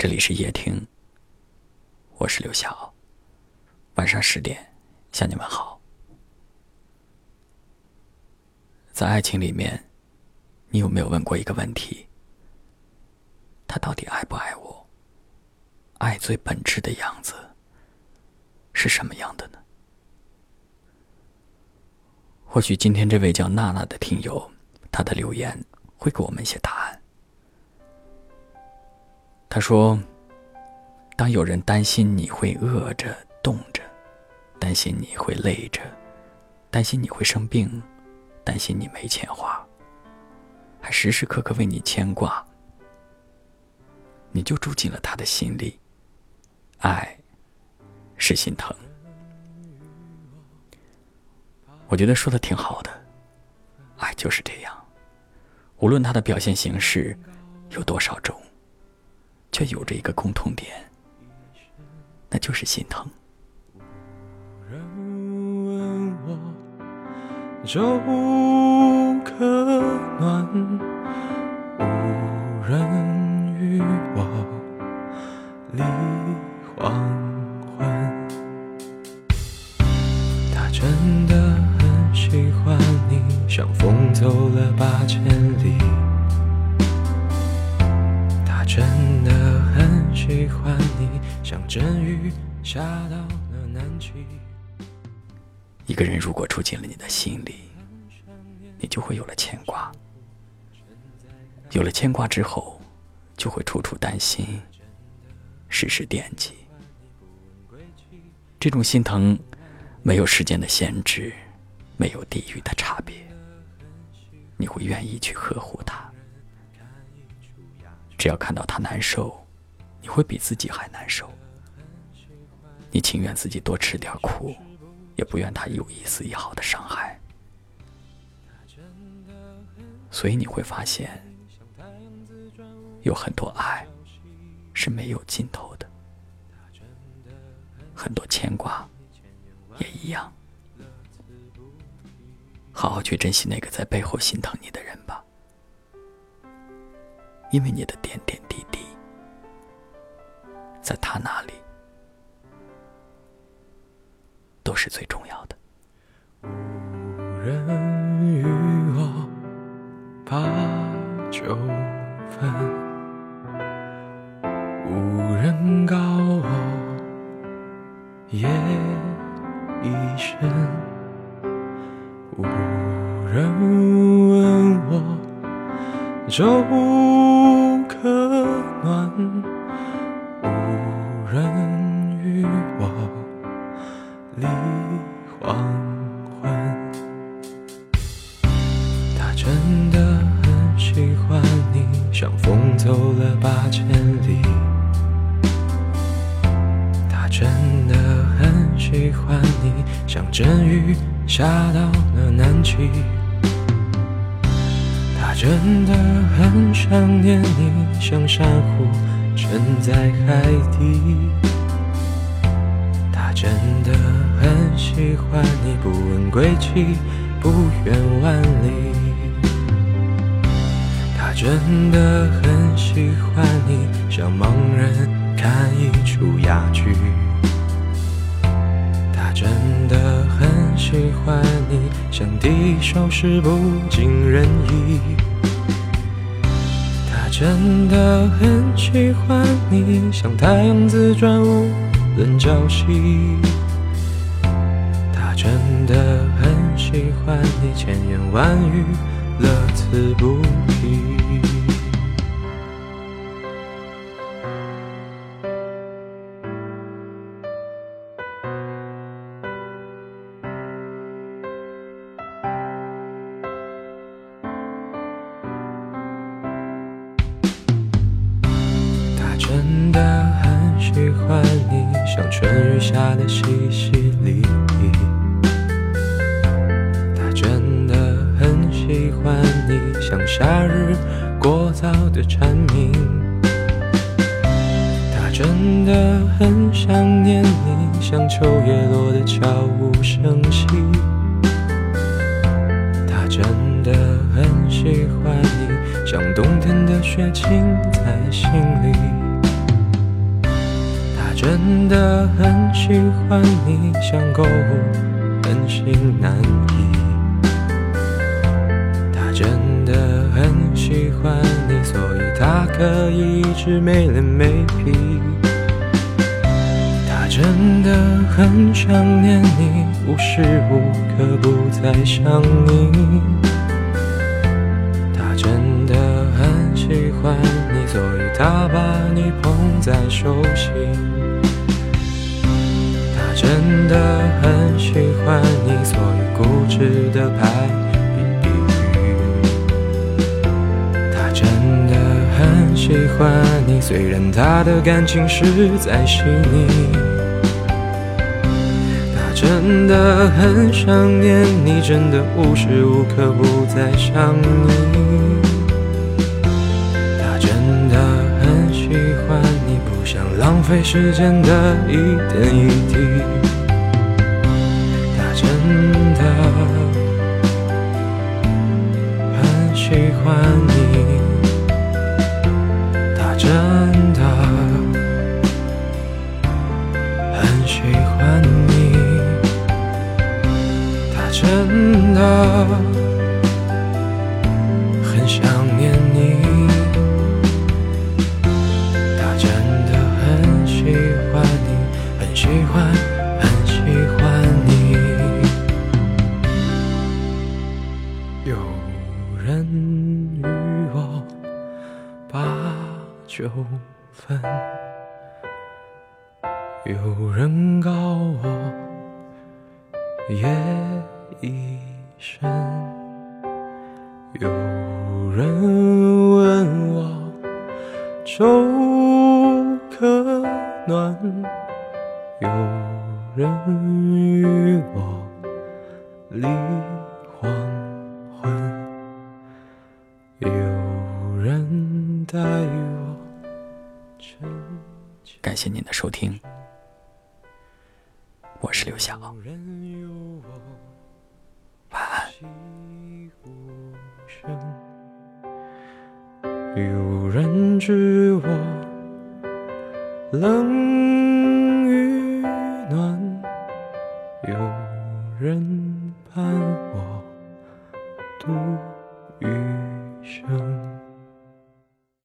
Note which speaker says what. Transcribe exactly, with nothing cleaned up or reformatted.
Speaker 1: 这里是夜听，我是刘晓，晚上十点向你们好。在爱情里面，你有没有问过一个问题：他到底爱不爱我？爱最本质的样子是什么样的呢？或许今天这位叫娜娜的听友，她的留言会给我们一些答案。他说，当有人担心你会饿着冻着，担心你会累着，担心你会生病，担心你没钱花，还时时刻刻为你牵挂，你就住进了他的心里。爱是心疼。我觉得说的挺好的，爱就是这样，无论它的表现形式有多少种，却有着一个共同点，那就是心疼。
Speaker 2: 无人问我粥可暖，无人与我立黄昏。他真的很喜欢你，像风走了八千里。他真的很喜欢你，像阵雨下到了南极。
Speaker 1: 一个人如果住进了你的心里，你就会有了牵挂，有了牵挂之后，就会处处担心，时时惦记。这种心疼没有时间的限制，没有地域的差别，你会愿意去呵护它。只要看到他难受，你会比自己还难受。你情愿自己多吃点苦，也不愿他有一丝一毫的伤害。所以你会发现，有很多爱是没有尽头的，很多牵挂也一样。好好去珍惜那个在背后心疼你的人吧，因为你的点点滴滴，在他那里都是最重要的。
Speaker 2: 无人与我把酒分，无人告我夜已深，无人问我粥可暖，无人与我立黄昏。他真的很喜欢你，像风走了八千里。他真的很喜欢你，像阵雨下到了南极。他真的很想念你，像珊瑚沉在海底。他真的很喜欢你，不问归期，不远万里。他真的很喜欢你，像盲人看一出哑剧。他真的很喜欢你，像敌手时不尽人意。他真的很喜欢你，像太阳自转无人交息。他真的很喜欢你，千言万语乐此不疲。真的很喜欢你，像春雨下的淅淅沥沥。他真的很喜欢你，像夏日过早的蝉鸣。他真的很想念你，像秋叶落的悄无声息。他真的很喜欢你，像冬天的雪浸在心里。 真的很喜欢你，像购物很心难移。他真的很喜欢你，所以他可以一直没脸没皮。他真的很想念你，无时无刻不在想你。他真的很喜欢你，所以他把你捧在手心。他真的很喜欢你，所以固执的排比比喻。他真的很喜欢你，虽然他的感情实在细腻。他真的很想念你，真的无时无刻不在想你。他真的很喜欢你，不想浪费时间的一点一滴。他真的很喜欢你，他真的很喜欢你，他真的很想念你。喜欢，很喜欢你。有人与我把酒分，有人告我夜已深，有人问我粥可暖，有人与我立黄昏，有人带我沉潜。
Speaker 1: 感谢您的收听，我是刘晓，晚安。
Speaker 2: 有人知我冷